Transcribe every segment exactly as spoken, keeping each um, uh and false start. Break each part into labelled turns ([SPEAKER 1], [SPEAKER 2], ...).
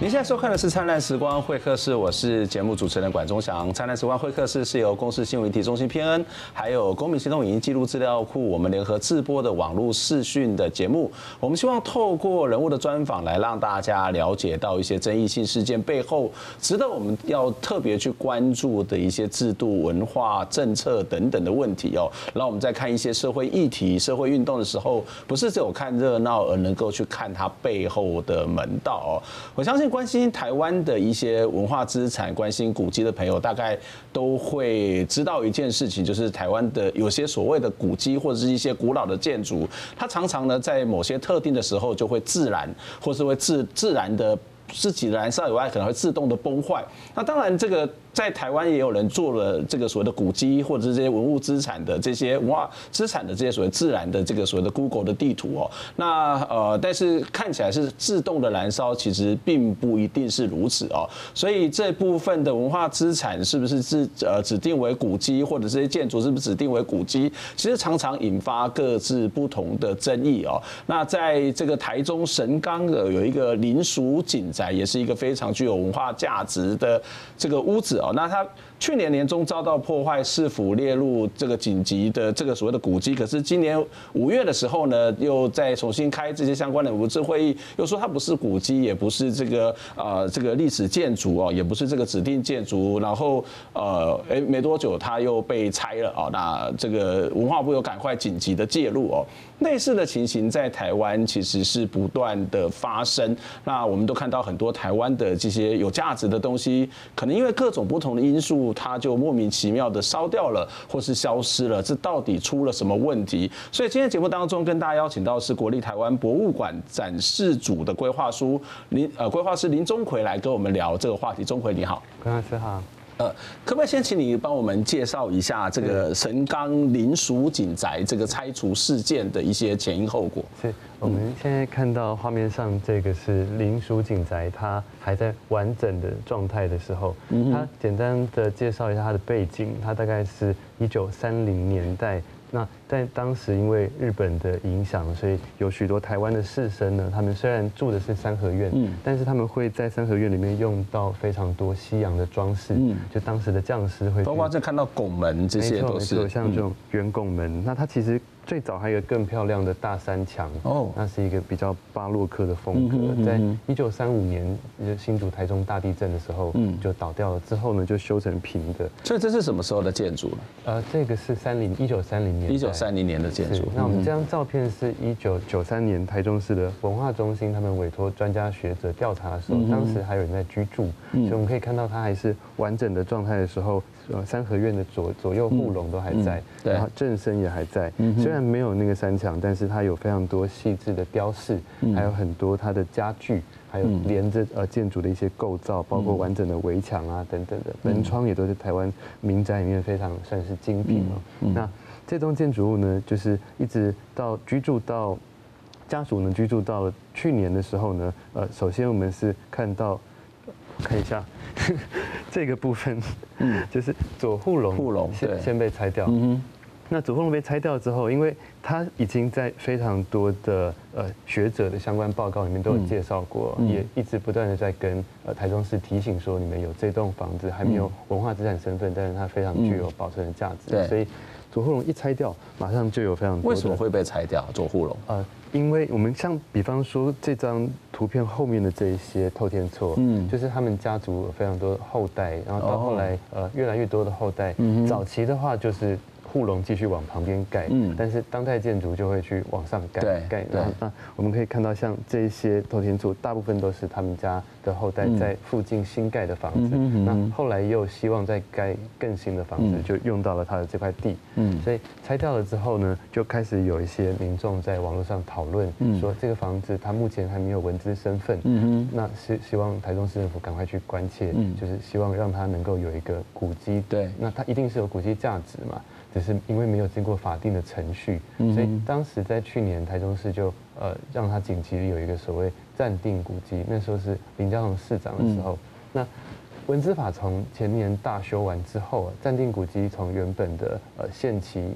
[SPEAKER 1] 您现在收看的是《灿烂时光会客室》，我是节目主持人管中祥。《灿烂时光会客室》是由公视新闻媒体中心偏恩，还有公民行动影音记录资料库我们联合制播的网络视讯的节目。我们希望透过人物的专访，来让大家了解到一些争议性事件背后值得我们要特别去关注的一些制度、文化、政策等等的问题哦。让我们在看一些社会议题、社会运动的时候，不是只有看热闹，而能够去看它背后的门道哦。我相信关心台湾的一些文化资产、关心古迹的朋友，大概都会知道一件事情，就是台湾的有些所谓的古迹或者是一些古老的建筑，它常常呢在某些特定的时候就会自燃，或是会自自然的自己燃烧以外，可能会自动的崩坏。那当然，这个在台湾也有人做了这个所谓的古迹或者是这些文物资产的这些文化资产的这些所谓自然的这个所谓的 Google 的地图哦。那呃，但是看起来是自动的燃烧，其实并不一定是如此哦。所以这部分的文化资产是不是指呃指定为古迹，或者这些建筑是不是指定为古迹，其实常常引发各自不同的争议哦。那在这个台中神冈的有一个林蜀景宅，也是一个非常具有文化价值的这个屋子。那它去年年中遭到破坏，市府列入这个紧急的这个所谓的古迹。可是今年五月的时候呢，又再重新开这些相关的五次会议，又说它不是古迹，也不是这个呃这个历史建筑哦，也不是这个指定建筑。然后呃，哎没多久它又被拆了哦。那这个文化部又赶快紧急的介入哦。类似的情形在台湾其实是不断的发生。那我们都看到很多台湾的这些有价值的东西，可能因为各种不同的因素，它就莫名其妙的烧掉了，或是消失了。这到底出了什么问题？所以今天节目当中跟大家邀请到是国立台湾博物馆展示组的规划书林呃规划师林钟奎来跟我们聊这个话题。钟奎你好。
[SPEAKER 2] 规划师好。
[SPEAKER 1] 呃，可不可以先请你帮我们介绍一下这个神冈林蜀景宅这个拆除事件的一些前因后果？
[SPEAKER 2] 是，我们现在看到画面上这个是林蜀景宅，它还在完整的状态的时候，它简单的介绍一下它的背景，它大概是一九三零年代。那在当时，因为日本的影响，所以有许多台湾的士绅呢，他们虽然住的是三合院，嗯，但是他们会在三合院里面用到非常多西洋的装饰，嗯，就当时的将士会，
[SPEAKER 1] 包括这看到拱门这些都是，
[SPEAKER 2] 没错，像这种圆拱门，那它其实最早还有一个更漂亮的大山墙，哦，那是一个比较巴洛克的风格，在一九三五年新竹台中大地震的时候，嗯，就倒掉了，之后呢就修成平的。
[SPEAKER 1] 所以这是什么时候的建筑呢？
[SPEAKER 2] 呃，这个是三零一九三零年，
[SPEAKER 1] 一九三零年的建筑。
[SPEAKER 2] 那我们这张照片是一九九三年台中市的文化中心，他们委托专家学者调查的时候，当时还有人在居住，所以我们可以看到它还是完整的状态的时候，呃，三合院的左左右护龙都还在，然后正身也还在。虽然没有那个山墙，但是它有非常多细致的雕饰，还有很多它的家具，还有连着呃建筑的一些构造，包括完整的围墙啊等等的门窗，也都是台湾民宅里面非常算是精品了。那这栋建筑物呢，就是一直到居住到家属呢居住到去年的时候呢，呃，首先我们是看到，看一下这个部分，嗯，就是左护龙，
[SPEAKER 1] 护龙
[SPEAKER 2] 先先被拆掉。嗯哼。那左护龙被拆掉之后，因为它已经在非常多的呃学者的相关报告里面都有介绍过，嗯、也一直不断的在跟呃台中市提醒说，你们有这栋房子还没有文化资产身份，但是它非常具有保存的价值，嗯、所以左护龙一拆掉，马上就有非常多。
[SPEAKER 1] 为什么会被拆掉？左护龙？
[SPEAKER 2] 呃，因为我们像比方说这张图片后面的这一些透天厝，嗯，就是他们家族有非常多后代，然后到后来呃越来越多的后代，嗯、早期的话就是护龙继续往旁边盖，嗯，但是当代建筑就会去往上盖，盖，然后那我们可以看到像这一些透天厝，大部分都是他们家的后代在附近新盖的房子，那后来又希望再盖更新的房子，就用到了他的这块地，嗯，所以拆掉了之后呢，就开始有一些民众在网络上讨论，说这个房子它目前还没有文资身份，嗯哼，那是希望台中市政府赶快去关切，就是希望让它能够有一个古迹，对，那它一定是有古迹价值嘛。只是因为没有经过法定的程序，所以当时在去年台中市就呃让它紧急有一个所谓暂定古迹，那时候是林佳龙市长的时候，那文资法从前年大修完之后，暂定古迹从原本的呃限期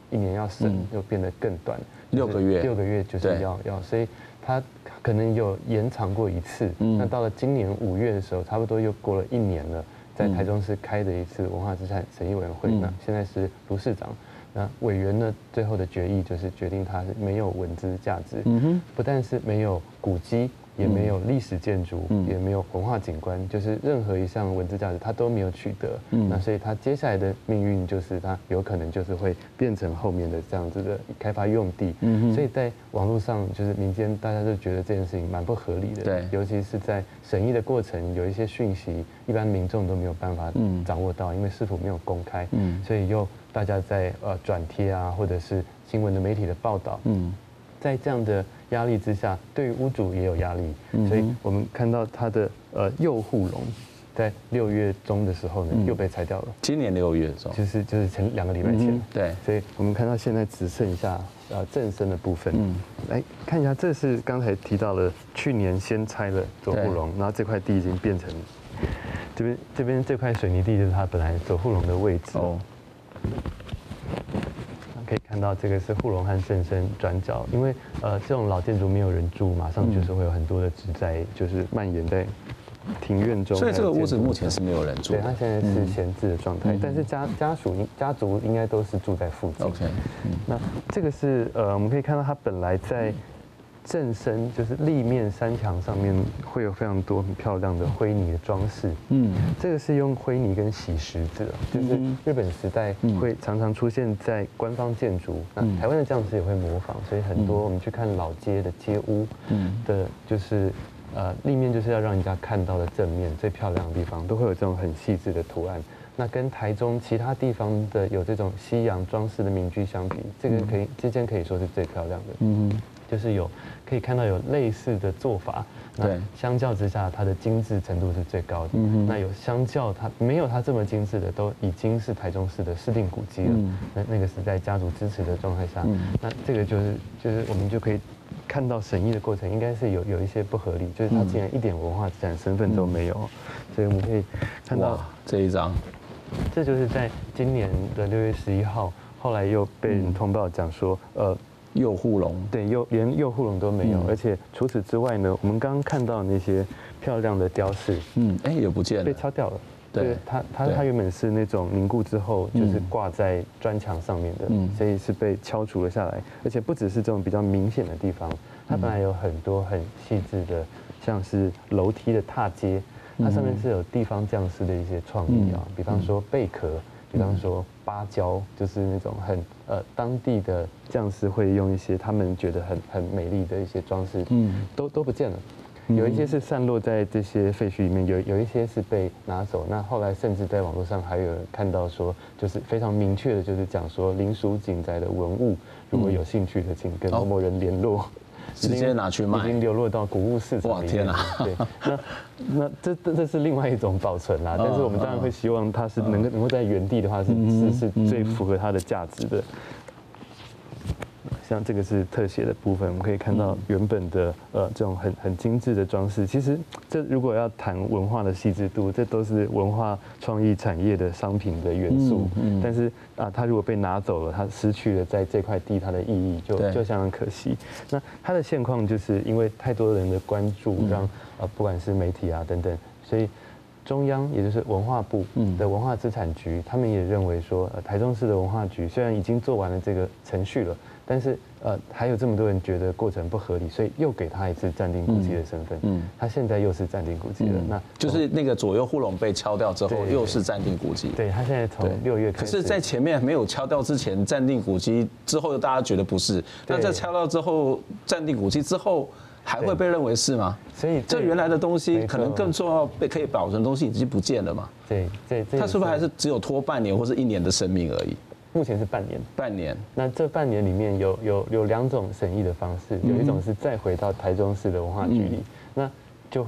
[SPEAKER 2] 一年要审又变得更短，
[SPEAKER 1] 六个月，
[SPEAKER 2] 六个月就是要要，所以它可能有延长过一次。那到了今年五月的时候，差不多又过了一年了，在台中市开的一次文化资产审议委员会，那现在是卢市长。那委员呢，最后的决议就是决定它是没有文资价值，不但是没有古迹，也没有历史建筑，也没有文化景观，就是任何一项文资价值它都没有取得。那所以它接下来的命运就是它有可能就是会变成后面的这样子的开发用地。所以在网络上就是民间大家都觉得这件事情蛮不合理的，对，尤其是在审议的过程有一些讯息，一般民众都没有办法掌握到，因为市府没有公开，所以又大家在呃转贴啊，或者是新闻的媒体的报道，嗯，在这样的压力之下，对于屋主也有压力，所以我们看到它的呃右护龙，在六月中的时候呢又被拆掉了。
[SPEAKER 1] 今年六月中，
[SPEAKER 2] 就是就是前两个礼拜前，
[SPEAKER 1] 对，
[SPEAKER 2] 所以我们看到现在只剩下呃正身的部分，嗯，来看一下，这是刚才提到了，去年先拆了左护龙，然后这块地已经变成这边这边这块水泥地就是它本来左护龙的位置哦。可以看到这个是护龙和正身转角，因为呃这种老建筑没有人住，马上就是会有很多的植栽，就是蔓延在庭院中。
[SPEAKER 1] 所以这个屋子目前是没有人住的，
[SPEAKER 2] 对，它现在是闲置的状态，但是家家属家族应该都是住在附近。
[SPEAKER 1] OK，
[SPEAKER 2] 那这个是呃我们可以看到它本来在正身就是立面山墙上面会有非常多很漂亮的灰泥的装饰，嗯，这个是用灰泥跟洗石子，就是日本时代会常常出现在官方建筑，那台湾的匠师也会模仿，所以很多我们去看老街的街屋的，就是呃立面就是要让人家看到的正面最漂亮的地方，都会有这种很细致的图案。那跟台中其他地方的有这种西洋装饰的民居相比，这个可以之间可以说是最漂亮的，嗯。就是有可以看到有类似的做法，那相较之下，它的精致程度是最高的。那有相较它没有它这么精致的，都已经是台中市的市定古迹了。那那个是在家族支持的状态下，那这个就是就是我们就可以看到审议的过程应该是有有一些不合理，就是它竟然一点文化资产身份都没有，所以我们可以看到
[SPEAKER 1] 这一张，
[SPEAKER 2] 这就是在今年的六月十一号，后来又被人通报讲说，呃。
[SPEAKER 1] 右护龙
[SPEAKER 2] 对，右连右护龙都没有，嗯、而且除此之外呢，我们刚刚看到那些漂亮的雕饰，
[SPEAKER 1] 嗯，哎也不见了，
[SPEAKER 2] 被敲掉了。对，它它它原本是那种凝固之后就是挂在砖墙上面的，嗯，所以是被敲除了下来。而且不只是这种比较明显的地方，它本来有很多很细致的，像是楼梯的踏阶，它上面是有地方匠师的一些创意啊，比方说贝壳。比方说芭蕉，就是那种很呃当地的匠师会用一些他们觉得很很美丽的一些装饰，嗯，都都不见了。有一些是散落在这些废墟里面，有有一些是被拿走。那后来甚至在网络上还有人看到说，就是非常明确的，就是讲说林属景宅的文物，如果有兴趣的，请跟某某人联络。
[SPEAKER 1] 直接拿去卖，
[SPEAKER 2] 已经流落到古物市场里面。哇
[SPEAKER 1] 天啊！
[SPEAKER 2] 对，那那这这这是另外一种保存啦，但是我们当然会希望它是能够能够在原地的话是是是最符合它的价值的。像这个是特写的部分，我们可以看到原本的呃这种很很精致的装饰。其实这如果要谈文化的细致度，这都是文化创意产业的商品的元素。嗯，但是啊，它如果被拿走了，它失去了在这块地它的意义，就就相当可惜。那它的现况就是因为太多人的关注，让呃不管是媒体啊等等，所以。中央也就是文化部的文化资产局，他们也认为说，呃，台中市的文化局虽然已经做完了这个程序了，但是呃，还有这么多人觉得过程不合理，所以又给他一次暂定古迹的身份。嗯，他现在又是暂定古迹了，那
[SPEAKER 1] 就是那个左右护龙被敲掉之后，又是暂定古迹。
[SPEAKER 2] 对，他现在从六月开始。
[SPEAKER 1] 可是，在前面没有敲掉之前，暂定古迹之后，大家觉得不是。那在敲掉之后，暂定古迹之后。还会被认为是吗？
[SPEAKER 2] 所以
[SPEAKER 1] 这原来的东西可能更重要、被可以保存的东西已经不见了嘛？
[SPEAKER 2] 对对，
[SPEAKER 1] 它是不是还是只有拖半年或是一年的生命而已？
[SPEAKER 2] 目前是半年。
[SPEAKER 1] 半年。
[SPEAKER 2] 那这半年里面有有有两种审议的方式，有一种是再回到台中市的文化局里，那就会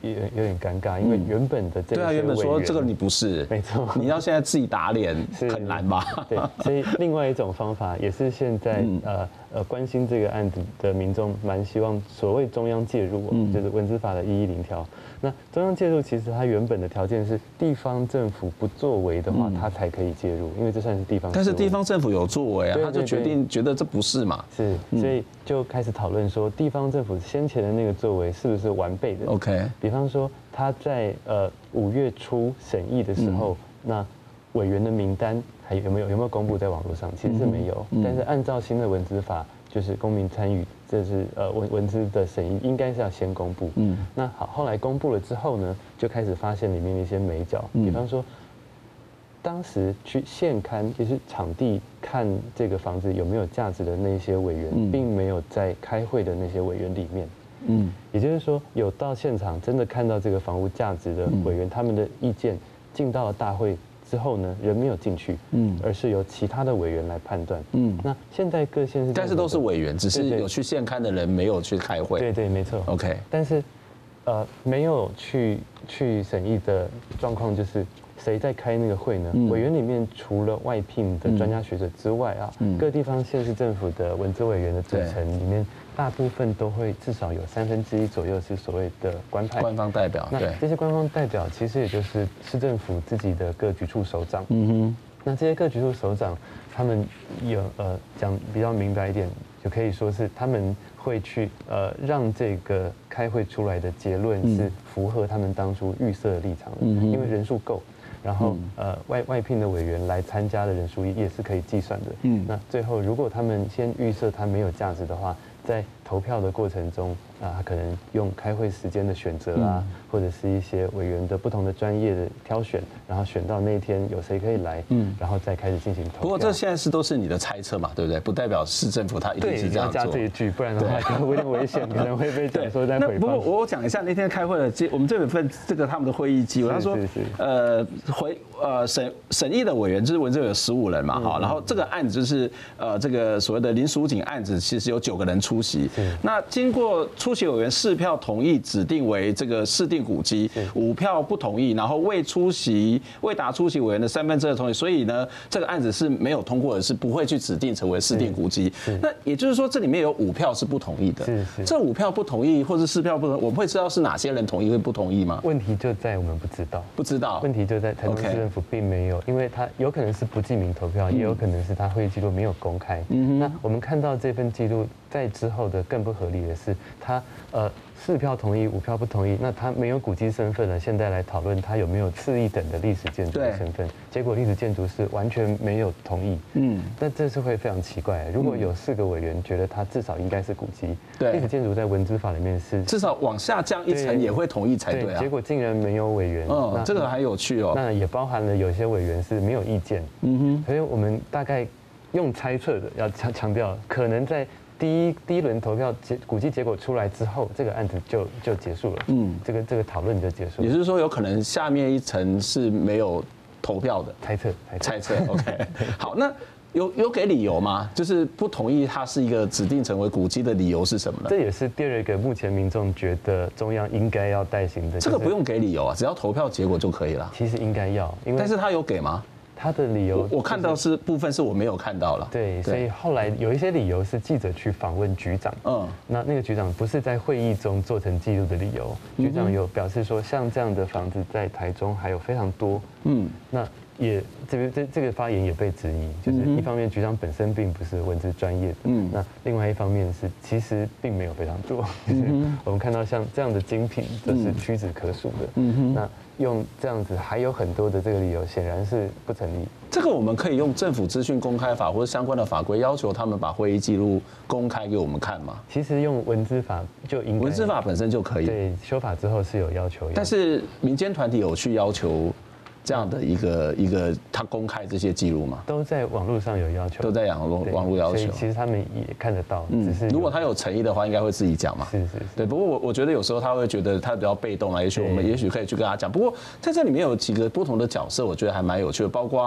[SPEAKER 2] 有有点尴尬，因为原本的这
[SPEAKER 1] 对啊，原本说这个你不是，
[SPEAKER 2] 没错，
[SPEAKER 1] 你要现在自己打脸很难吧？
[SPEAKER 2] 对，所以另外一种方法也是现在呃呃关心这个案子的民众蛮希望所谓中央介入，就是文资法的一一零条。那中央介入其实它原本的条件是地方政府不作为的话，它才可以介入，因为这算是地方。
[SPEAKER 1] 但是地方政府有作为啊，他就决定觉得这不是嘛，
[SPEAKER 2] 是，所以就开始讨论说地方政府先前的那个作为是不是完备的
[SPEAKER 1] ？OK，
[SPEAKER 2] 比方说他在呃五月初审议的时候，那委员的名单还有没有有没有公布在网络上？其实是没有，但是按照新的文资法，就是公民参与，这是呃文文资的审议应该是要先公布。嗯，那好，后来公布了之后呢，就开始发现里面的一些眉角，比方说。当时去现勘，也是场地看这个房子有没有价值的那些委员，并没有在开会的那些委员里面。嗯，也就是说，有到现场真的看到这个房屋价值的委员，他们的意见进到了大会之后呢，人没有进去，嗯，而是由其他的委员来判断。嗯，那现在各县市，
[SPEAKER 1] 但是都是委员，只是有去现勘的人没有去开会。
[SPEAKER 2] 对对，没错。
[SPEAKER 1] OK，
[SPEAKER 2] 但是，呃，没有去去审议的状况就是。谁在开那个会呢？委员里面除了外聘的专家学者之外啊，各地方县市政府的文资委员的组成里面，大部分都会至少有三分之一左右是所谓的官派
[SPEAKER 1] 官方代表。
[SPEAKER 2] 那这些官方代表其实也就是市政府自己的各局处首长。嗯哼。那这些各局处首长，他们有呃讲比较明白一点，就可以说是他们会去呃让这个开会出来的结论是符合他们当初预设的立场的，因为人数够。然后，呃，外外聘的委员来参加的人数也是可以计算的。嗯，那最后如果他们先预设它没有价值的话，在投票的过程中啊，可能用开会时间的选择啊，或者是一些委员的不同的专业的挑选，然后选到那一天有谁可以来，嗯，然后再开始进行投票。
[SPEAKER 1] 不过这现在是都是你的猜测嘛，对不对？不代表市政府他一定是这样做。
[SPEAKER 2] 对，要加这一句，不然的话可能有点危险，可能会被讲说在诽谤。
[SPEAKER 1] 不过我讲一下那天开会的，我们这有份这个他们的会议记录，他说，呃，回呃审审议的委员就是文资有十五人嘛，哈，然后这个案子就是呃这个所谓的林淑锦案子，其实有九个人出席。那经过出席委员四票同意指定为这个市定古迹，五票不同意，然后未出席未达出席委员的三分之二同意，所以呢，这个案子是没有通过的，是不会去指定成为市定古迹。那也就是说，这里面有五票是不同意的。这五票不同意，或是四票不同意，我们会知道是哪些人同意，会不同意吗？
[SPEAKER 2] 问题就在我们不知道，
[SPEAKER 1] 不知道。
[SPEAKER 2] 问题就在台中市政府并没有，因为他有可能是不记名投票，也有可能是他会议记录没有公开。那我们看到这份记录。在之后的更不合理的是，他呃四票同意，五票不同意，那他没有古迹身份了，现在来讨论他有没有次一等的历史建筑的身份，结果历史建筑是完全没有同意，嗯，那这是会非常奇怪。如果有四个委员觉得他至少应该是古迹，历史建筑在文资法里面是
[SPEAKER 1] 至少往下降一层也会同意才对啊，
[SPEAKER 2] 结果竟然没有委员，
[SPEAKER 1] 嗯，这个还有趣哦，
[SPEAKER 2] 那也包含了有些委员是没有意见，嗯哼，所以我们大概用猜测的要强强调，可能在。第一第一轮投票结古迹结果出来之后，这个案子就就结束了。嗯，这个这个讨论就结束了。
[SPEAKER 1] 也就是说，有可能下面一层是没有投票的。
[SPEAKER 2] 猜测，
[SPEAKER 1] 猜测。OK， 好，那有有给理由吗？就是不同意它是一个指定成为古迹的理由是什么呢？
[SPEAKER 2] 这也是第二个目前民众觉得中央应该要代行的。
[SPEAKER 1] 这个不用给理由啊，只要投票结果就可以了。
[SPEAKER 2] 其实应该要，因为
[SPEAKER 1] 但是他有给吗？
[SPEAKER 2] 他的理由、就是，
[SPEAKER 1] 我看到是部分是我没有看到了。
[SPEAKER 2] 对，所以后来有一些理由是记者去访问局长，嗯，那那个局长不是在会议中做成记录的理由，局长有表示说，像这样的房子在台中还有非常多，嗯，那也这个这这个发言也被质疑，就是一方面局长本身并不是文字专业的，嗯，那另外一方面是其实并没有非常多，就是我们看到像这样的精品都是屈指可数的，嗯哼，那。用这样子还有很多的这个理由，显然是不成立。
[SPEAKER 1] 这个我们可以用政府资讯公开法或者相关的法规要求他们把会议记录公开给我们看吗？
[SPEAKER 2] 其实用文资法就应该，
[SPEAKER 1] 文资法本身就可以。
[SPEAKER 2] 对，修法之后是有要求。
[SPEAKER 1] 但是民间团体有去要求这样的一个一个他公开这些记录吗？
[SPEAKER 2] 都在网络上有要求，
[SPEAKER 1] 都在网络网络要求。
[SPEAKER 2] 所以其实他们也看得到，只是
[SPEAKER 1] 如果他有诚意的话，应该会自己讲嘛。
[SPEAKER 2] 是是是。
[SPEAKER 1] 对，不过我我觉得有时候他会觉得他比较被动啊，也许我们也许可以去跟他讲。不过在这里面有几个不同的角色，我觉得还蛮有趣的，包括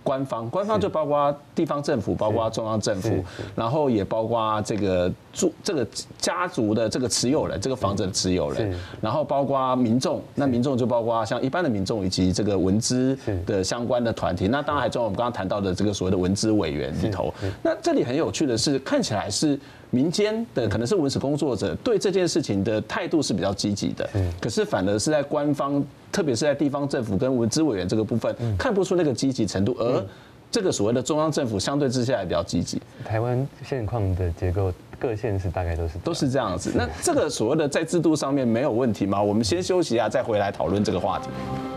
[SPEAKER 1] 官方，官方就包括地方政府，包括中央政府，然后也包括这个住这个家族的这个持有人，这个房子的持有人，然后包括民众，那民众就包括像一般的民众以及这个文资的相关的团体，那当然还有我们刚刚谈到的这个所谓的文资委员里头。那这里很有趣的是，看起来是民间的可能是文史工作者对这件事情的态度是比较积极的，可是反而是在官方，特别是在地方政府跟文资委员这个部分，看不出那个积极程度，而这个所谓的中央政府相对之下也比较积极。
[SPEAKER 2] 台湾现况的结构，各县市大概都是
[SPEAKER 1] 都是这样子。那这个所谓的在制度上面没有问题吗？我们先休息一下，再回来讨论这个话题。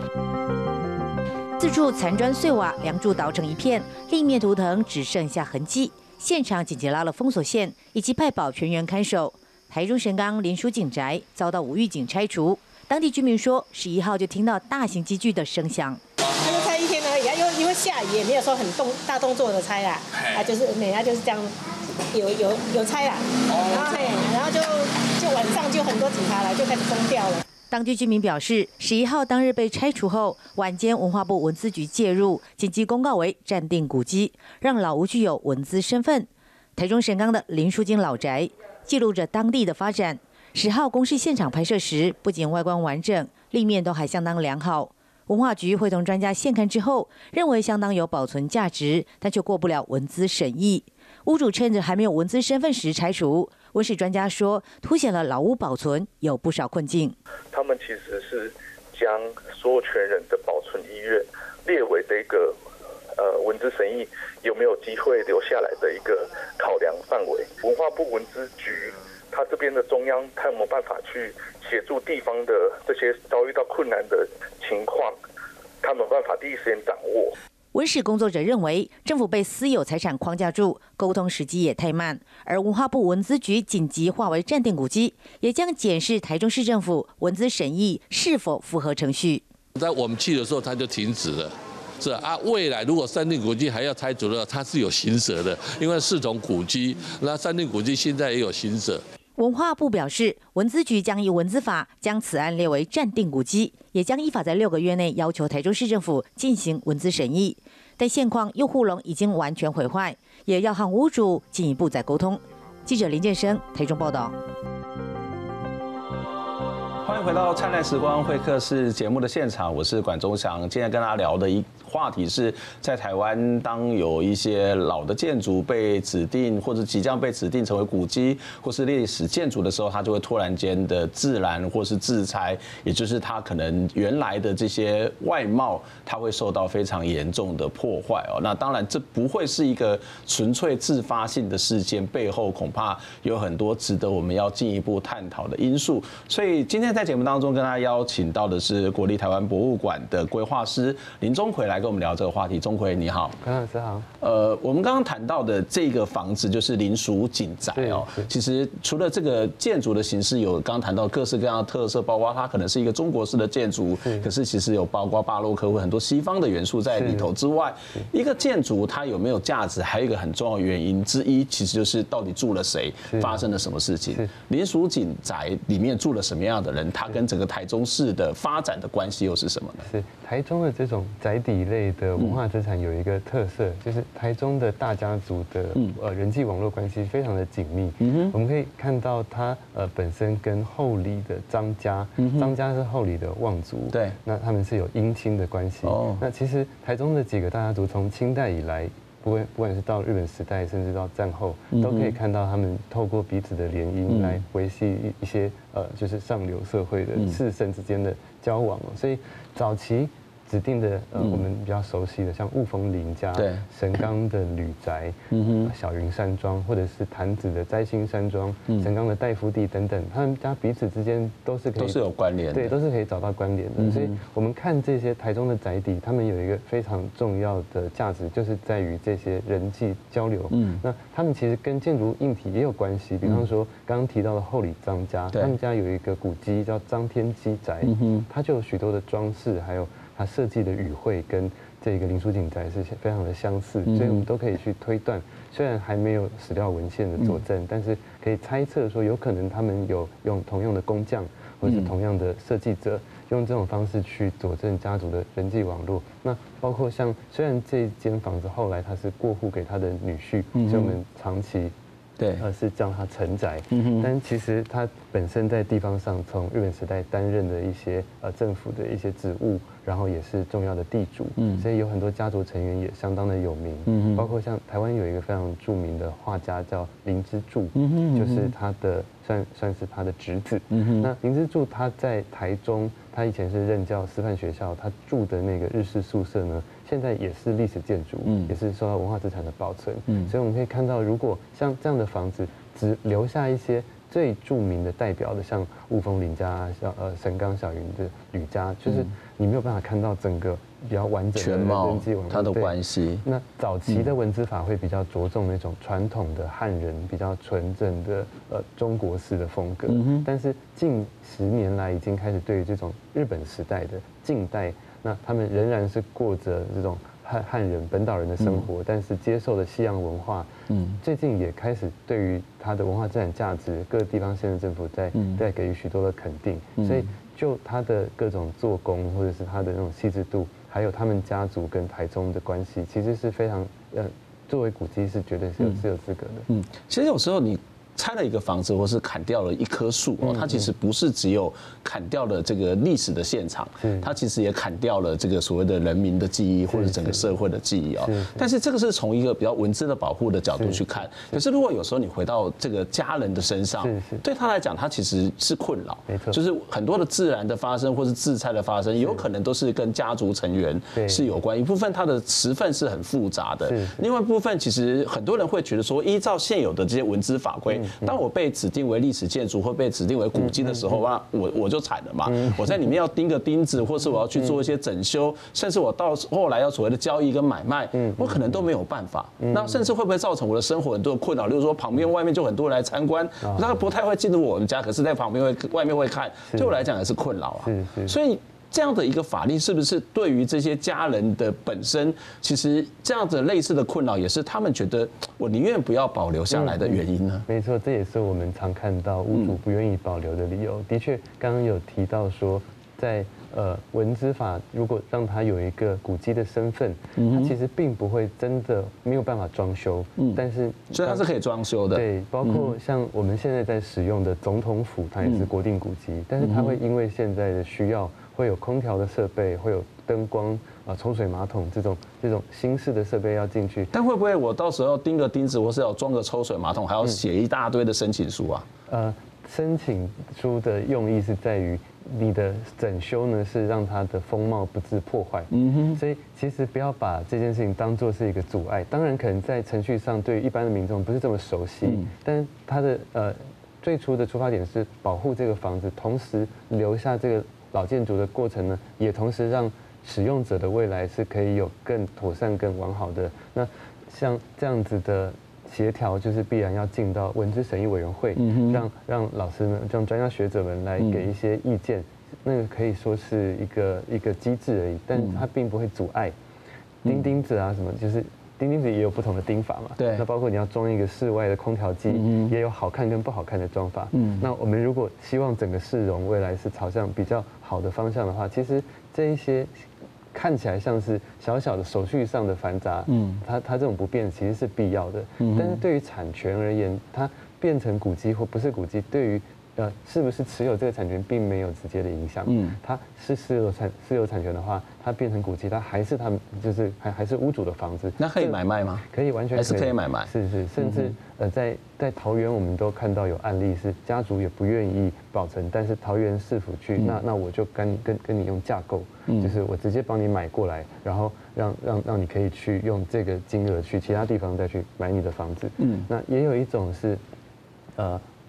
[SPEAKER 3] 四处残砖碎瓦，梁柱倒成一片，立面图腾只剩下痕迹。现场紧急拉了封锁线，以及派保全员看守。台中神冈林署警宅遭到无预警拆除，当地居民说，十一号就听到大型机具的声响。
[SPEAKER 4] 那就拆一天而已啊，因为因为下雨也没有说很动大动作的拆啦，啊，就是每家就是这样，有有有拆啦，然后嘿，然后就就晚上就很多警察来，就开始封掉了。
[SPEAKER 3] 当地居民表示，十一号当日被拆除后，晚间文化部文资局介入，紧急公告为暂定古迹，让老屋具有文资身份。台中神冈的林书金老宅记录着当地的发展。十号公示现场拍摄时，不仅外观完整，立面都还相当良好。文化局会同专家现看之后，认为相当有保存价值，但却过不了文资审议。屋主趁着还没有文资身份时拆除。文史专家说，凸显了老屋保存有不少困境。
[SPEAKER 5] 他们其实是将所有权人的保存意愿列为这个呃文资审议有没有机会留下来的一个考量范围。文化部文资局，他这边的中央，他有没有办法去协助地方的这些遭遇到困难的情况，他没有办法第一时间掌握。
[SPEAKER 3] 文史工作者认为，政府被私有财产框架住，沟通时机也太慢。而文化部文资局紧急划为暂定古迹，也将检视台中市政府文资审议是否符合程序。
[SPEAKER 6] 在我们去的时候，它就停止了。是啊，未来如果暂定古迹还要拆除的话，它是有形舍的，因为是种古迹，那暂定古迹现在也有形舍。
[SPEAKER 3] 文化部表示，文资局将依文资法将此案列为暂定古迹，也将依法在六个月内要求台中市政府进行文资审议。但现况右护龙已经完全毁坏，也要和屋主进一步再沟通。记者林建生台中报道。
[SPEAKER 1] 欢迎回到灿烂时光会客室节目的现场，我是管中祥。今天跟大家聊的一话题是在台湾，当有一些老的建筑被指定或者即将被指定成为古迹或是历史建筑的时候，它就会突然间的自燃或是自拆，也就是它可能原来的这些外貌，它会受到非常严重的破坏哦。那当然，这不会是一个纯粹自发性的事件，背后恐怕有很多值得我们要进一步探讨的因素。所以今天在节目当中跟大家邀请到的是国立台湾博物馆的规划师林钟馗来跟我们聊这个话题。钟馗你好。
[SPEAKER 2] 关老师好。
[SPEAKER 1] 呃，我们刚刚谈到的这个房子就是林署警宅哦。其实除了这个建筑的形式有刚刚谈到各式各样的特色，包括它可能是一个中国式的建筑，可是其实有包括巴洛克或很多西方的元素在里头之外，一个建筑它有没有价值，还有一个很重要的原因之一，其实就是到底住了谁，发生了什么事情。林署警宅里面住了什么样的人，它跟整个台中市的发展的关系又是什么呢？
[SPEAKER 2] 是台中的这种宅邸类的文化资产有一个特色，就是台中的大家族的呃人际网络关系非常的紧密。我们可以看到它呃本身跟后里的张家，张家是后里的望族，对，那他们是有姻亲的关系。那其实台中的几个大家族从清代以来，不管不管是到日本时代，甚至到战后，都可以看到他们透过彼此的联姻来维系一些呃，就是上流社会的士绅之间的交往。所以早期指定的呃，我们比较熟悉的，像雾峰林家、神冈的吕宅、小云山庄，或者是潭子的摘星山庄、神冈的戴夫地等等，他们家彼此之间都是可以
[SPEAKER 1] 都是有关联的，
[SPEAKER 2] 对，都是可以找到关联的。所以我们看这些台中的宅邸，他们有一个非常重要的价值，就是在于这些人际交流。嗯，那他们其实跟建筑硬体也有关系，比方说刚刚提到的后里张家，他们家有一个古迹叫张天基宅，它就有许多的装饰，还有它设计的语汇跟这个林书景宅是非常的相似，所以我们都可以去推断，虽然还没有史料文献的佐证，但是可以猜测说，有可能他们有用同样的工匠或者是同样的设计者，用这种方式去佐证家族的人际网络。那包括像，虽然这间房子后来他是过户给他的女婿，所以我们长期。对，呃，是叫它城宅，嗯但其实它本身在地方上，从日本时代担任的一些呃政府的一些职务，然后也是重要的地主，嗯，所以有很多家族成员也相当的有名，嗯包括像台湾有一个非常著名的画家叫林之助，嗯就是他的算算是他的侄子，嗯那林之助他在台中，他以前是任教师范学校，他住的那个日式宿舍呢。现在也是历史建筑，嗯，也是受到文化资产的保存，嗯，所以我们可以看到，如果像这样的房子，只留下一些最著名的代表的，像雾峰林家、像呃神冈小云的吕家，就是你没有办法看到整个比较完整的人际文化
[SPEAKER 1] 它的关系。
[SPEAKER 2] 那早期的文资法会比较着重那种传统的汉人比较纯正的呃中国式的风格，嗯但是近十年来已经开始对于这种日本时代的近代。那他们仍然是过着这种汉汉人本岛人的生活，嗯、但是接受了西洋文化。嗯，最近也开始对于它的文化资产价值，各个地方县政府在、嗯、在给予许多的肯定。嗯、所以就它的各种做工，或者是它的那种细致度，还有他们家族跟台中的关系，其实是非常呃，作为古迹是绝对是有、嗯、是有资格的。
[SPEAKER 1] 嗯，其实有时候你。拆了一个房子，或是砍掉了一棵树哦，它其实不是只有砍掉了这个历史的现场，它其实也砍掉了这个所谓的人民的记忆，或者整个社会的记忆哦。但是这个是从一个比较文资的保护的角度去看。可是如果有时候你回到这个家人的身上，对他来讲，他其实是困扰，就是很多的自然的发生，或是自拆的发生，有可能都是跟家族成员是有关。一部分它的成分是很复杂的，另外一部分其实很多人会觉得说，依照现有的这些文资法规。当我被指定为历史建筑或被指定为古迹的时候，那我我就惨了嘛。我在里面要钉个钉子，或是我要去做一些整修，甚至我到后来要所谓的交易跟买卖，我可能都没有办法。那甚至会不会造成我的生活很多的困扰？例如说，旁边外面就很多人来参观，他不太会进入我们家，可是在旁边会外面会看，对我来讲也是困扰啊。所以。这样的一个法律是不是对于这些家人的本身，其实这样子类似的困扰，也是他们觉得我宁愿不要保留下来的原因呢？
[SPEAKER 2] 没错，这也是我们常看到屋主不愿意保留的理由。的确，刚刚有提到说，在呃文资法如果让它有一个古迹的身份，它其实并不会真的没有办法装修，嗯，但是
[SPEAKER 1] 所以它是可以装修的。
[SPEAKER 2] 对，包括像我们现在在使用的总统府，它也是国定古迹，但是它会因为现在的需要。会有空调的设备，会有灯光啊、抽水马桶这种这种新式的设备要进去。
[SPEAKER 1] 但会不会我到时候钉个钉子，或是要装个抽水马桶，还要写一大堆的申请书啊？
[SPEAKER 2] 呃，申请书的用意是在于你的整修呢，是让它的风貌不致破坏。嗯哼。所以其实不要把这件事情当作是一个阻碍。当然，可能在程序上对于一般的民众不是这么熟悉，嗯、但是它的呃最初的出发点是保护这个房子，同时留下这个。老建筑的过程呢，也同时让使用者的未来是可以有更妥善、更完好的。那像这样子的协调，就是必然要进到文资审议委员会，嗯、让让老师们、让专家学者们来给一些意见。嗯、那个可以说是一个一个机制而已，但它并不会阻碍钉钉子啊什么，就是钉钉子也有不同的钉法嘛。对。那包括你要装一个室外的空调机，嗯、也有好看跟不好看的装法。嗯。那我们如果希望整个市容未来是朝向比较好的方向的话，其实这一些看起来像是小小的手续上的繁杂，嗯，它它这种不便其实是必要的。嗯。但是对于产权而言，它变成古迹或不是古迹，对于呃是不是持有这个产权并没有直接的影响。嗯。它是私有产私有产权的话，它变成古迹，它还是他们就是还还是屋主的房子。
[SPEAKER 1] 那可以买卖吗？
[SPEAKER 2] 可以，完全
[SPEAKER 1] 还是可以买卖。
[SPEAKER 2] 是是，甚至呃在在桃园我们都看到有案例是家族也不愿意保存，但是桃园市府去，那那我就跟跟跟你用架构，就是我直接帮你买过来，然后让让让你可以去用这个金额去其他地方再去买你的房子。嗯。那也有一种是，呃。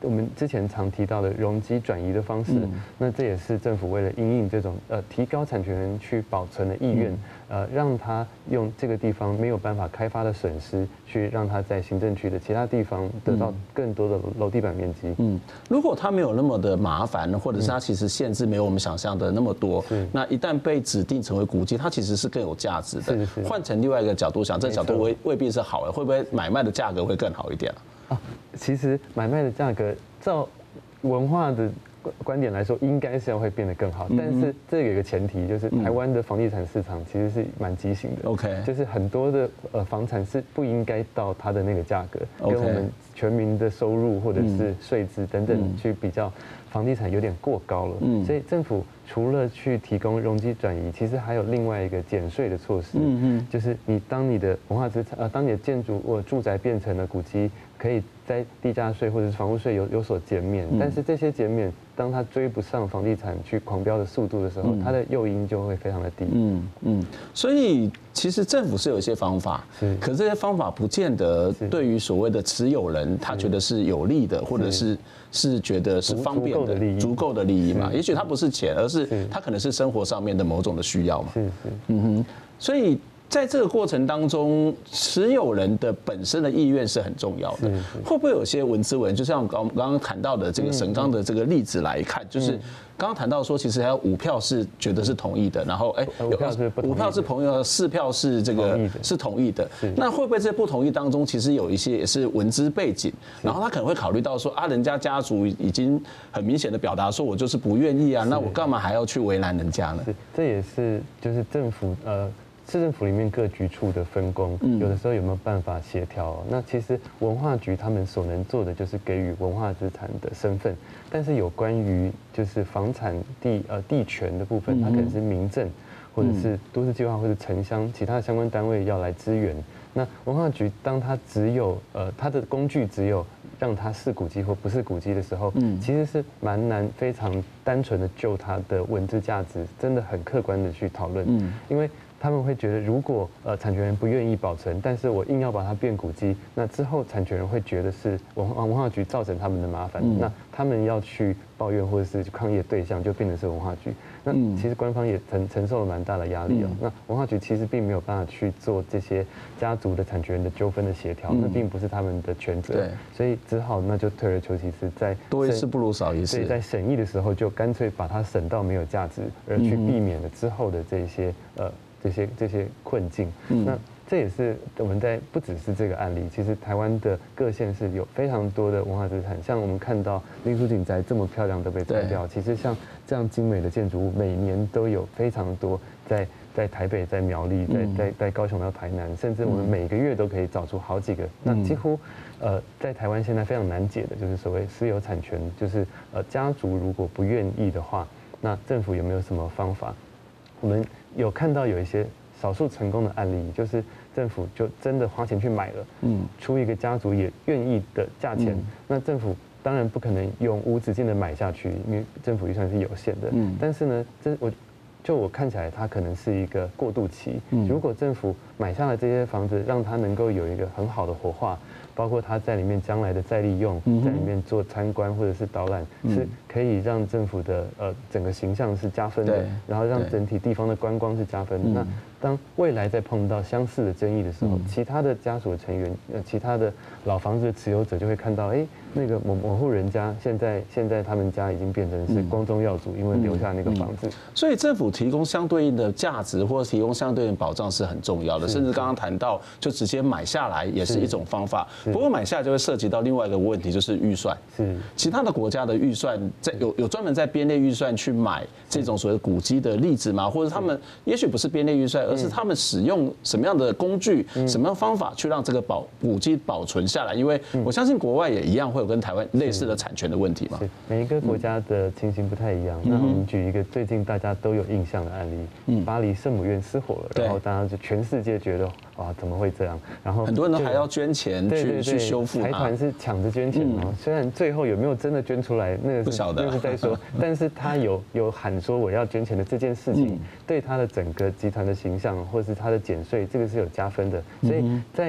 [SPEAKER 2] 我们之前常提到的容积转移的方式，嗯、那这也是政府为了因应这种呃提高产权人去保存的意愿，嗯、呃，让他用这个地方没有办法开发的损失，去让他在行政区的其他地方得到更多的楼地板面积。
[SPEAKER 1] 嗯，如果他没有那么的麻烦，或者是他其实限制没有我们想象的那么多，嗯、那一旦被指定成为古迹，它其实是更有价值的。换成另外一个角度想，这个角度未未必是好的，会不会买卖的价格会更好一点
[SPEAKER 2] 啊？其实买卖的价格，照文化的观点来说，应该是要会变得更好。但是这有一个前提，就是台湾的房地产市场其实是蛮畸形的。OK， 就是很多的呃房产是不应该到它的那个价格，跟我们全民的收入或者是税制等等去比较，房地产有点过高了。嗯，所以政府除了去提供容积转移，其实还有另外一个减税的措施。嗯嗯，就是你当你的文化资产呃，当你的建筑或住宅变成了古迹，可以在地价税或者是房屋税有有所减免，但是这些减免，当它追不上房地产去狂飙的速度的时候，它的诱因就会非常的低。嗯
[SPEAKER 1] 嗯，所以其实政府是有一些方法，可是这些方法不见得对于所谓的持有人他觉得是有利的，或者是是觉得是方便的、足够的利益嘛？也许它不是钱，而是它可能是生活上面的某种的需要嘛。是是，嗯哼，所以。在这个过程当中，持有人的本身的意愿是很重要的。会不会有些文资委员，就像刚刚刚谈到的这个神冈的这个例子来看，就是刚刚谈到说，其实还有五票是觉得是同意的，然后哎，
[SPEAKER 2] 五票是
[SPEAKER 1] 五票是朋友，四票是这个是同意的。那会不会在不同意当中，其实有一些也是文资背景，然后他可能会考虑到说啊，人家家族已经很明显的表达说，我就是不愿意啊，那我干嘛还要去为难人家呢？
[SPEAKER 2] 这也是就是政府呃。市政府里面各局处的分工，有的时候有没有办法协调？那其实文化局他们所能做的就是给予文化资产的身份，但是有关于就是房产地呃地权的部分，它可能是民政或者是都市计划或者城乡其他相关单位要来支援。那文化局当它只有呃它的工具只有让它是古迹或不是古迹的时候，嗯，其实是蛮难非常单纯的就它的文字价值，真的很客观的去讨论，嗯，因为。他们会觉得，如果呃产权人不愿意保存，但是我硬要把它变古迹，那之后产权人会觉得是文化文化局造成他们的麻烦，嗯、那他们要去抱怨或者是抗议的对象就变成是文化局。那其实官方也承承受了蛮大的压力哦。嗯、那文化局其实并没有办法去做这些家族的产权人的纠纷的协调，嗯、那并不是他们的权责，所以只好那就退而求其次，在
[SPEAKER 1] 多一事不如少一事。
[SPEAKER 2] 所以在审议的时候就干脆把它审到没有价值，而去避免了之后的这些呃。这些这些困境，嗯、那这也是我们在不只是这个案例，其实台湾的各县市有非常多的文化资产，像我们看到林书景宅这么漂亮的被拆掉，其实像这样精美的建筑物，每年都有非常多在在台北、在苗栗、在在在高雄到台南，甚至我们每个月都可以找出好几个。那几乎呃，在台湾现在非常难解的就是所谓私有产权，就是呃家族如果不愿意的话，那政府有没有什么方法？我们有看到有一些少数成功的案例，就是政府就真的花钱去买了，嗯，出一个家族也愿意的价钱，嗯、那政府当然不可能用无止境的买下去，因为政府预算是有限的，嗯，但是呢，这我就我看起来它可能是一个过渡期，嗯，如果政府买下了这些房子，让它能够有一个很好的活化。包括它在里面将来的再利用，在里面做参观或者是导览，是可以让政府的呃整个形象是加分的，然后让整体地方的观光是加分的。那当未来再碰到相似的争议的时候，其他的家属成员呃其他的老房子的持有者就会看到，哎，那个某某户人家现在现在他们家已经变成是光宗耀祖，因为留下那个房子。
[SPEAKER 1] 所以政府提供相对应的价值或者提供相对应的保障是很重要的，甚至刚刚谈到就直接买下来也是一种方法。不过买下来就会涉及到另外一个问题，就是预算。是其他的国家的预算在有有专门在编列预算去买这种所谓古迹的例子吗？或者他们也许不是编列预算，而是他们使用什么样的工具、什么样的方法去让这个保古迹保存下来？因为我相信国外也一样会有跟台湾类似的产权的问题嘛。
[SPEAKER 2] 每一个国家的情形不太一样。那我们举一个最近大家都有印象的案例：巴黎圣母院失火了，然后大家就全世界觉得哇怎么会这样？然后
[SPEAKER 1] 很多人都还要捐钱去去修复它。
[SPEAKER 2] 财团是抢着捐钱哦，虽然最后有没有真的捐出来，那个
[SPEAKER 1] 不晓得，
[SPEAKER 2] 那是再说。但是他有有喊说我要捐钱的这件事情，对他的整个集团的形象，或是他的减税，这个是有加分的。所以在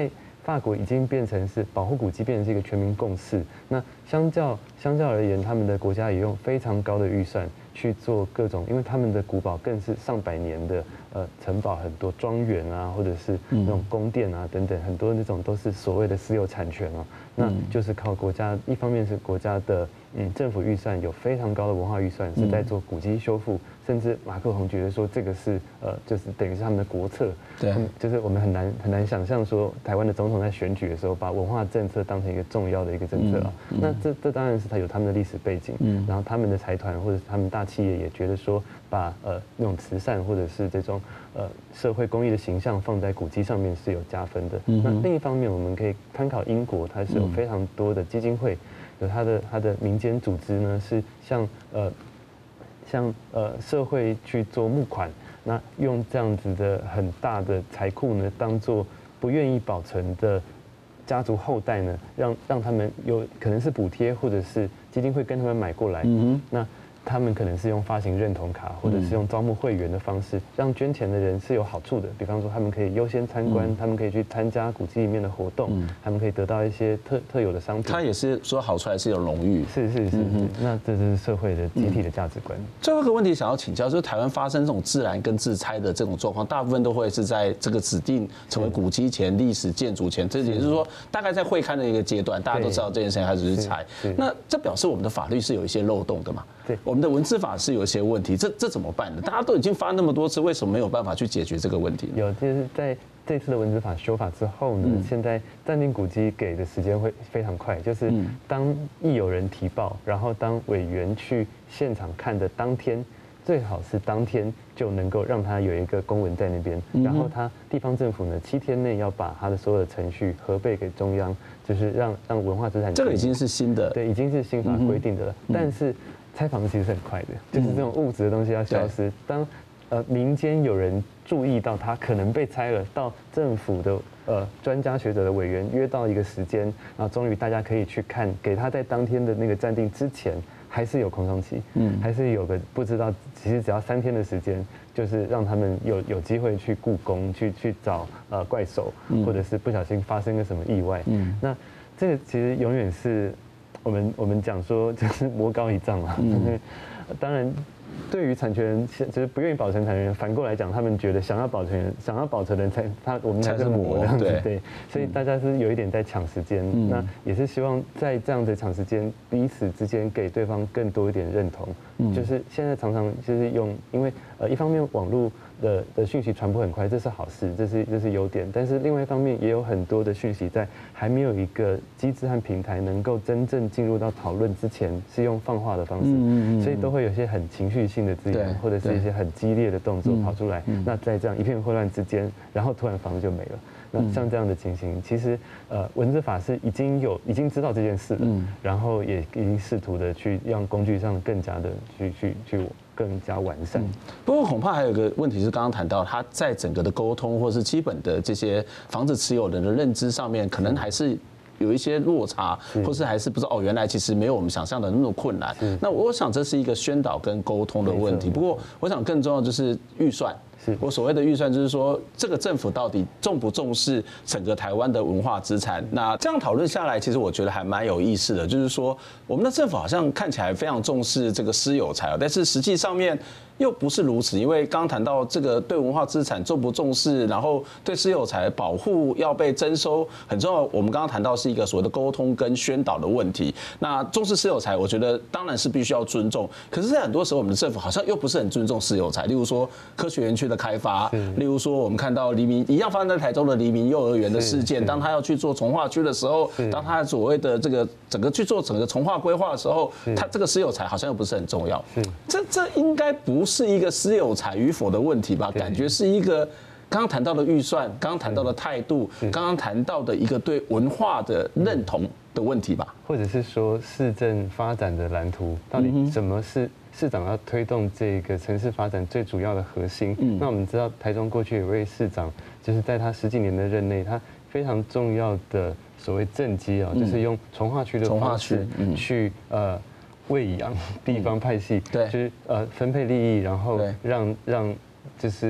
[SPEAKER 2] 法国已经变成是保护古迹变成是一个全民共识。那相较相较而言，他们的国家也用非常高的预算去做各种，因为他们的古堡更是上百年的呃城堡，很多庄园啊，或者是那种宫殿啊等等，很多那种都是所谓的私有产权啊。那就是靠国家，一方面是国家的嗯政府预算有非常高的文化预算是在做古迹修复，甚至马克宏觉得说这个是呃就是等于是他们的国策。对，就是我们很难很难想象说台湾的总统在选举的时候把文化政策当成一个重要的一个政策啊。那这这当然是他有他们的历史背景，嗯，然后他们的财团或者是他们大企业也觉得说把呃那种慈善或者是这种呃社会公益的形象放在古迹上面是有加分的。那另一方面，我们可以参考英国，它是有非常多的基金会，有它的它的民间组织呢，是像呃像呃社会去做募款。那用这样子的很大的财库呢，当做不愿意保存的家族后代呢，让让他们有可能是补贴，或者是基金会跟他们买过来。嗯、那他们可能是用发行认同卡，或者是用招募会员的方式，让捐钱的人是有好处的。比方说，他们可以优先参观，嗯、他们可以去参加古迹里面的活动，嗯、他们可以得到一些特特有的商品。
[SPEAKER 1] 他也是说好处还是有荣誉。
[SPEAKER 2] 是是是，嗯、那这就是社会的集体的价值观。嗯、
[SPEAKER 1] 最后一个问题想要请教，就是台湾发生这种自燃跟自拆的这种状况，大部分都会是在这个指定成为古迹前、历史建筑前，这也就是说，大概在会勘的一个阶段，大家都知道这件事情开始去拆。那这表示我们的法律是有一些漏洞的嘛？对，我们的文资法是有一些问题，这这怎么办呢？大家都已经发那么多次，为什么没有办法去解决这个问题？
[SPEAKER 2] 有，就是在这次的文资法修法之后呢，嗯、现在暂定古迹给的时间会非常快，就是当一有人提报，然后当委员去现场看的当天，最好是当天就能够让他有一个公文在那边，然后他地方政府呢七天内要把他的所有的程序核备给中央，就是让让文化资产
[SPEAKER 1] 这个已经是新的，
[SPEAKER 2] 对，已经是新法规定的了，嗯、但是。拆房其实是很快的，就是这种物质的东西要消失。当呃民间有人注意到它可能被拆了，到政府的呃专家学者的委员约到一个时间，然后终于大家可以去看，给他在当天的那个暂定之前，还是有空窗期，嗯，还是有个不知道，其实只要三天的时间，就是让他们有有机会去故宫，去去找呃怪手，或者是不小心发生个什么意外，嗯，那这个其实永远是。我们我们讲说就是魔高一丈嘛，嗯、当然，对于产权人就是不愿意保存产权人，反过来讲，他们觉得想要保存人想要保存人才他我们才是魔这样子，对，所以大家是有一点在抢时间，嗯、那也是希望在这样的抢时间，彼此之间给对方更多一点认同，嗯、就是现在常常就是用，因为呃一方面网络。的的讯息传播很快，这是好事，这是这是优点。但是另外一方面，也有很多的讯息在还没有一个机制和平台能够真正进入到讨论之前，是用放话的方式，嗯嗯嗯所以都会有些很情绪性的字眼，或者是一些很激烈的动作跑出来。嗯、那在这样一片混乱之间，然后突然房子就没了。那像这样的情形，其实呃文资法是已经有已经知道这件事了，嗯、然后也已经试图的去让工具上更加的去去去。更加完善。嗯、
[SPEAKER 1] 不过恐怕还有一个问题是，刚刚谈到他在整个的沟通或是基本的这些房子持有人的认知上面，可能还是有一些落差，或是还是不知道哦，原来其实没有我们想象的那么困难。那我想这是一个宣导跟沟通的问题。不过我想更重要就是预算。我所谓的预算就是说，这个政府到底重不重视整个台湾的文化资产？那这样讨论下来，其实我觉得还蛮有意思的。就是说，我们的政府好像看起来非常重视这个私有财，但是实际上面又不是如此。因为刚刚谈到这个对文化资产重不重视，然后对私有财保护要被征收很重要。我们刚刚谈到是一个所谓的沟通跟宣导的问题。那重视私有财，我觉得当然是必须要尊重。可是，在很多时候，我们的政府好像又不是很尊重私有财。例如说，科学园区的开发，例如说我们看到黎明一样发生在台中的黎明幼儿园的事件，当他要去做重划区的时候，当他所谓的这个整个去做整个重划规划的时候，他这个私有财好像又不是很重要。这这应该不是一个私有财与否的问题吧？感觉是一个刚刚谈到的预算，刚刚谈到的态度，刚刚谈到的一个对文化的认同的问题吧？
[SPEAKER 2] 或者是说市政发展的蓝图，到底什么是？市长要推动这个城市发展最主要的核心。嗯、那我们知道，台中过去有位市长，就是在他十几年的任内，他非常重要的所谓政绩啊，嗯、就是用重划区的方式去呃喂养地方派系，对，就是呃分配利益，然后让让就是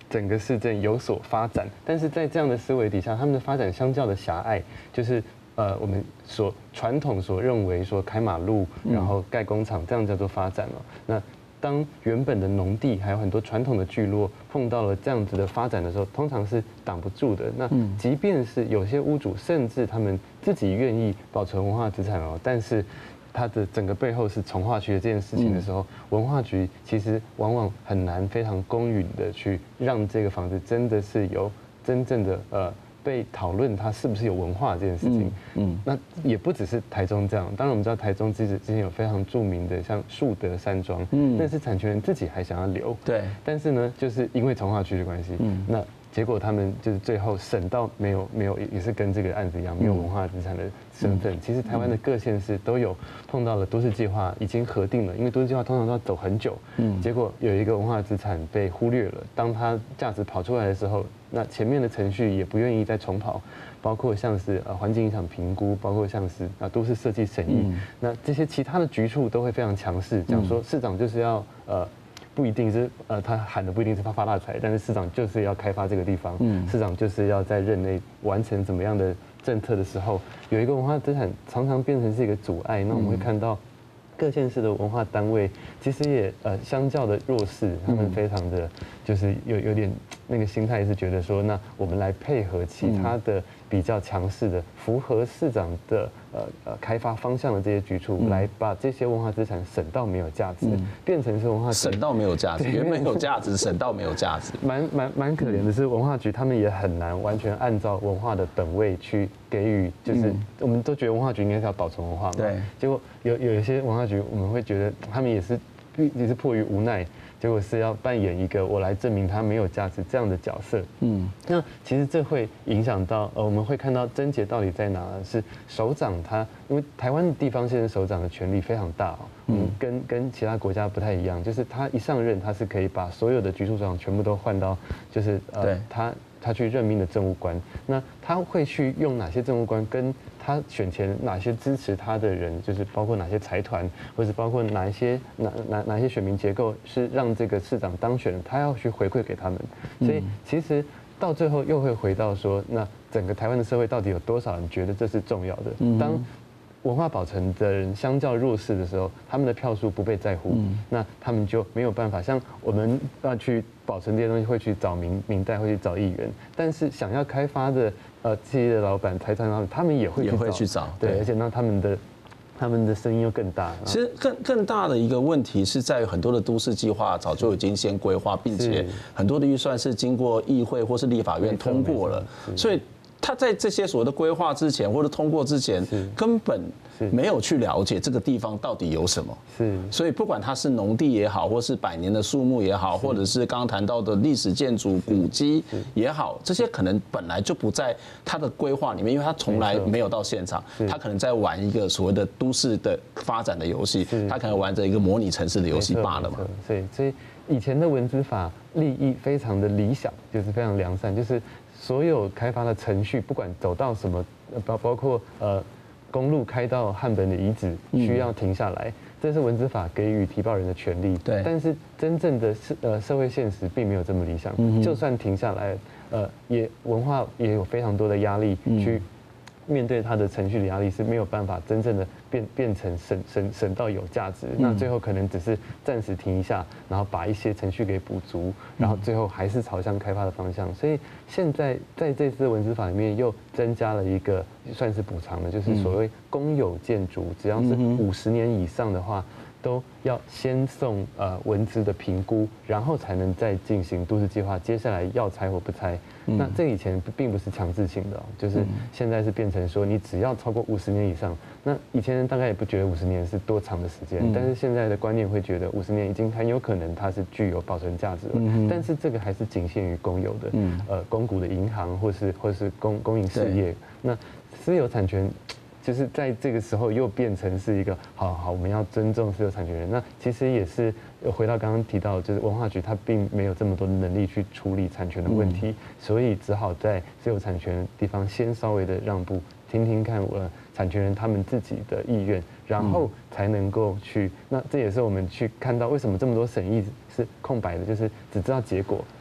[SPEAKER 2] 整个市政有所发展。但是在这样的思维底下，他们的发展相较的狭隘，就是呃我们所传统所认为说开马路，然后盖工厂这样叫做发展了。那当原本的农地还有很多传统的聚落碰到了这样子的发展的时候，通常是挡不住的。那即便是有些屋主，甚至他们自己愿意保存文化资产哦，但是它的整个背后是重划区的这件事情的时候，文化局其实往往很难非常公允的去让这个房子真的是有真正的呃。被讨论它是不是有文化这件事情，嗯，那也不只是台中这样。当然我们知道台中之之前有非常著名的像树德山庄，嗯，那是产权人自己还想要留，
[SPEAKER 1] 对，
[SPEAKER 2] 但是呢，就是因为重划区的关系，嗯，那结果他们就是最后审到没有没有，也是跟这个案子一样，没有文化资产的身份。其实台湾的各县市都有碰到了都市计划已经核定了，因为都市计划通常都要走很久，嗯，结果有一个文化资产被忽略了，当它价值跑出来的时候。那前面的程序也不愿意再重跑，包括像是呃环境影响评估，包括像是啊都市设计审议，嗯、那这些其他的局处都会非常强势，讲说市长就是要呃不一定是呃他喊的不一定是发发大财，但是市长就是要开发这个地方，嗯、市长就是要在任内完成怎么样的政策的时候，有一个文化资产常常变成是一个阻碍，那我们会看到。各县市的文化单位其实也呃相较的弱势，他们非常的就是有有点那个心态是觉得说，那我们来配合其他的比较强势的、符合市长的呃呃开发方向的这些局处，来把这些文化资产省到没有价值，变成是文化
[SPEAKER 1] 省到没有价值，原本有价值省到没有价值，
[SPEAKER 2] 蛮蛮蛮可怜的是文化局他们也很难完全按照文化的本位去给予，就是我们都觉得文化局应该是要保存文化嘛，
[SPEAKER 1] 对，
[SPEAKER 2] 结果有有一些文化局我们会觉得他们也是也是迫于无奈。结果是要扮演一个我来证明它没有价值这样的角色，嗯，那其实这会影响到呃，我们会看到症结到底在哪？是首长他，因为台湾的地方县首长的权力非常大哦，嗯，跟跟其他国家不太一样，就是他一上任，他是可以把所有的局处首长全部都换到，就是呃，他他去任命的政务官，那他会去用哪些政务官跟他选前哪些支持他的人，就是包括哪些财团，或者包括哪一些哪哪哪些选民结构是让这个市长当选，他要去回馈给他们。所以其实到最后又会回到说，那整个台湾的社会到底有多少人觉得这是重要的？当文化保存的人相较弱势的时候，他们的票数不被在乎，那他们就没有办法。像我们要去保存这些东西，会去找民民代，会去找议员，但是想要开发的呃企业的老板、财团老板，他们也会去找，
[SPEAKER 1] 也会去找，
[SPEAKER 2] 对，而且那他们的。他们的声音又更大。
[SPEAKER 1] 其实更更大的一个问题是在于很多的都市计划早就已经先规划，并且很多的预算是经过议会或是立法院通过了，所以他在这些所谓的规划之前或者通过之前，根本没有去了解这个地方到底有什么。是，所以不管它是农地也好，或是百年的树木也好，或者是刚刚谈到的历史建筑、古迹也好，这些可能本来就不在它的规划里面，因为它从来没有到现场，它可能在玩一个所谓的都市的发展的游戏，它可能玩着一个模拟城市的游戏罢了嘛。
[SPEAKER 2] 所以，所以以前的文资法利益非常的理想，就是非常良善，就是所有开发的程序，不管走到什么，包包括呃。公路开到汉本的遗址需要停下来，这是文资法给予提报人的权利。对，但是真正的社呃社会现实并没有这么理想。就算停下来，呃，也文化也有非常多的压力去面对它的程序的压力，是没有办法真正的变变成省省省到有价值。那最后可能只是暂时停一下，然后把一些程序给补足，然后最后还是朝向开发的方向。所以现在在这次文资法里面又增加了一个算是补偿的，就是所谓公有建筑，只要是五十年以上的话，都要先送呃文资的评估，然后才能再进行都市计划。接下来要拆或不拆，那这以前并不是强制性的，就是现在是变成说你只要超过五十年以上。那以前人大概也不觉得五十年是多长的时间，但是现在的观念会觉得五十年已经很有可能它是具有保存价值了。但是这个还是仅限于公有的，呃，公股的银行或是或是公公营事业。那私有产权。就是在这个时候又变成是一个好好我们要尊重私有产权人，那其实也是回到刚刚提到，就是文化局它并没有这么多的能力去处理产权的问题，所以只好在私有产权的地方先稍微的让步，听听看呃产权人他们自己的意愿，然后才能够去。那这也是我们去看到为什么这么多审议是空白的，就是只知道结果。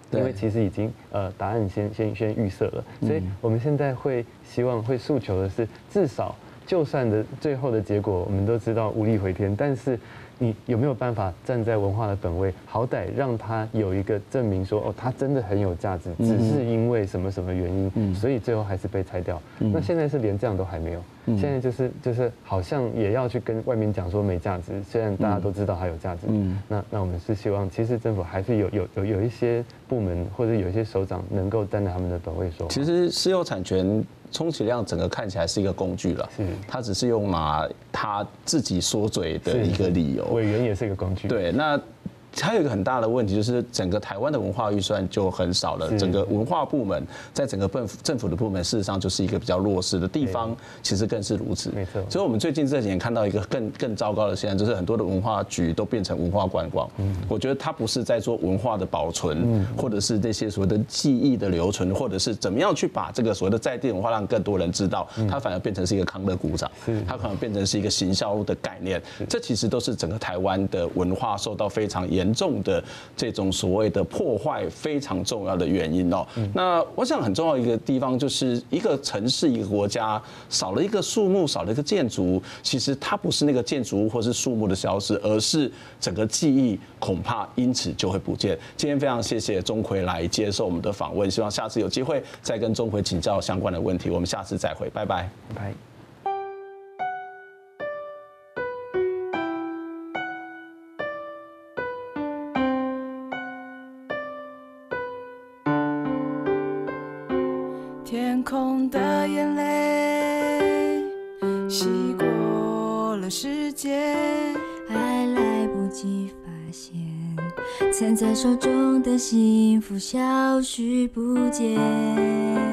[SPEAKER 2] 因为其实已经呃答案先先先预设了，所以我们现在会希望会诉求的是，至少就算的最后的结果我们都知道无力回天，但是你有没有办法站在文化的本位，好歹让他有一个证明说，哦，他真的很有价值，只是因为什么什么原因，所以最后还是被拆掉。那现在是连这样都还没有，现在就是就是好像也要去跟外面讲说没价值，虽然大家都知道它有价值。那那我们是希望，其实政府还是有有有有一些部门或者有一些首长能够站在他们的本位说话。
[SPEAKER 1] 其实私有产权充其量整个看起来是一个工具了，是，他只是用拿他自己说嘴的一个理由。
[SPEAKER 2] 委员也是一个工具。
[SPEAKER 1] 对，那还有一个很大的问题，就是整个台湾的文化预算就很少了。整个文化部门在整个政府政府的部门，事实上就是一个比较弱势的地方，其实更是如此。
[SPEAKER 2] 没错。
[SPEAKER 1] 所以我们最近这几年看到一个更更糟糕的现象，就是很多的文化局都变成文化观光。嗯，我觉得它不是在做文化的保存，或者是这些所谓的记忆的留存，或者是怎么样去把这个所谓的在地文化让更多人知道，它反而变成是一个康乐股长，它可能变成是一个行销的概念。这其实都是整个台湾的文化受到非常严重的这种所谓的破坏非常重要的原因哦。那我想很重要一个地方就是一个城市一个国家少了一个树木少了一个建筑，其实它不是那个建筑物或是树木的消失，而是整个记忆恐怕因此就会不见。今天非常谢谢钟馗来接受我们的访问，希望下次有机会再跟钟馗请教相关的问题。我们下次再会，拜拜，
[SPEAKER 2] 拜拜。
[SPEAKER 7] 天空的眼泪洗过了世界，
[SPEAKER 8] 还来不及发现，攥在手中的幸福消失不见。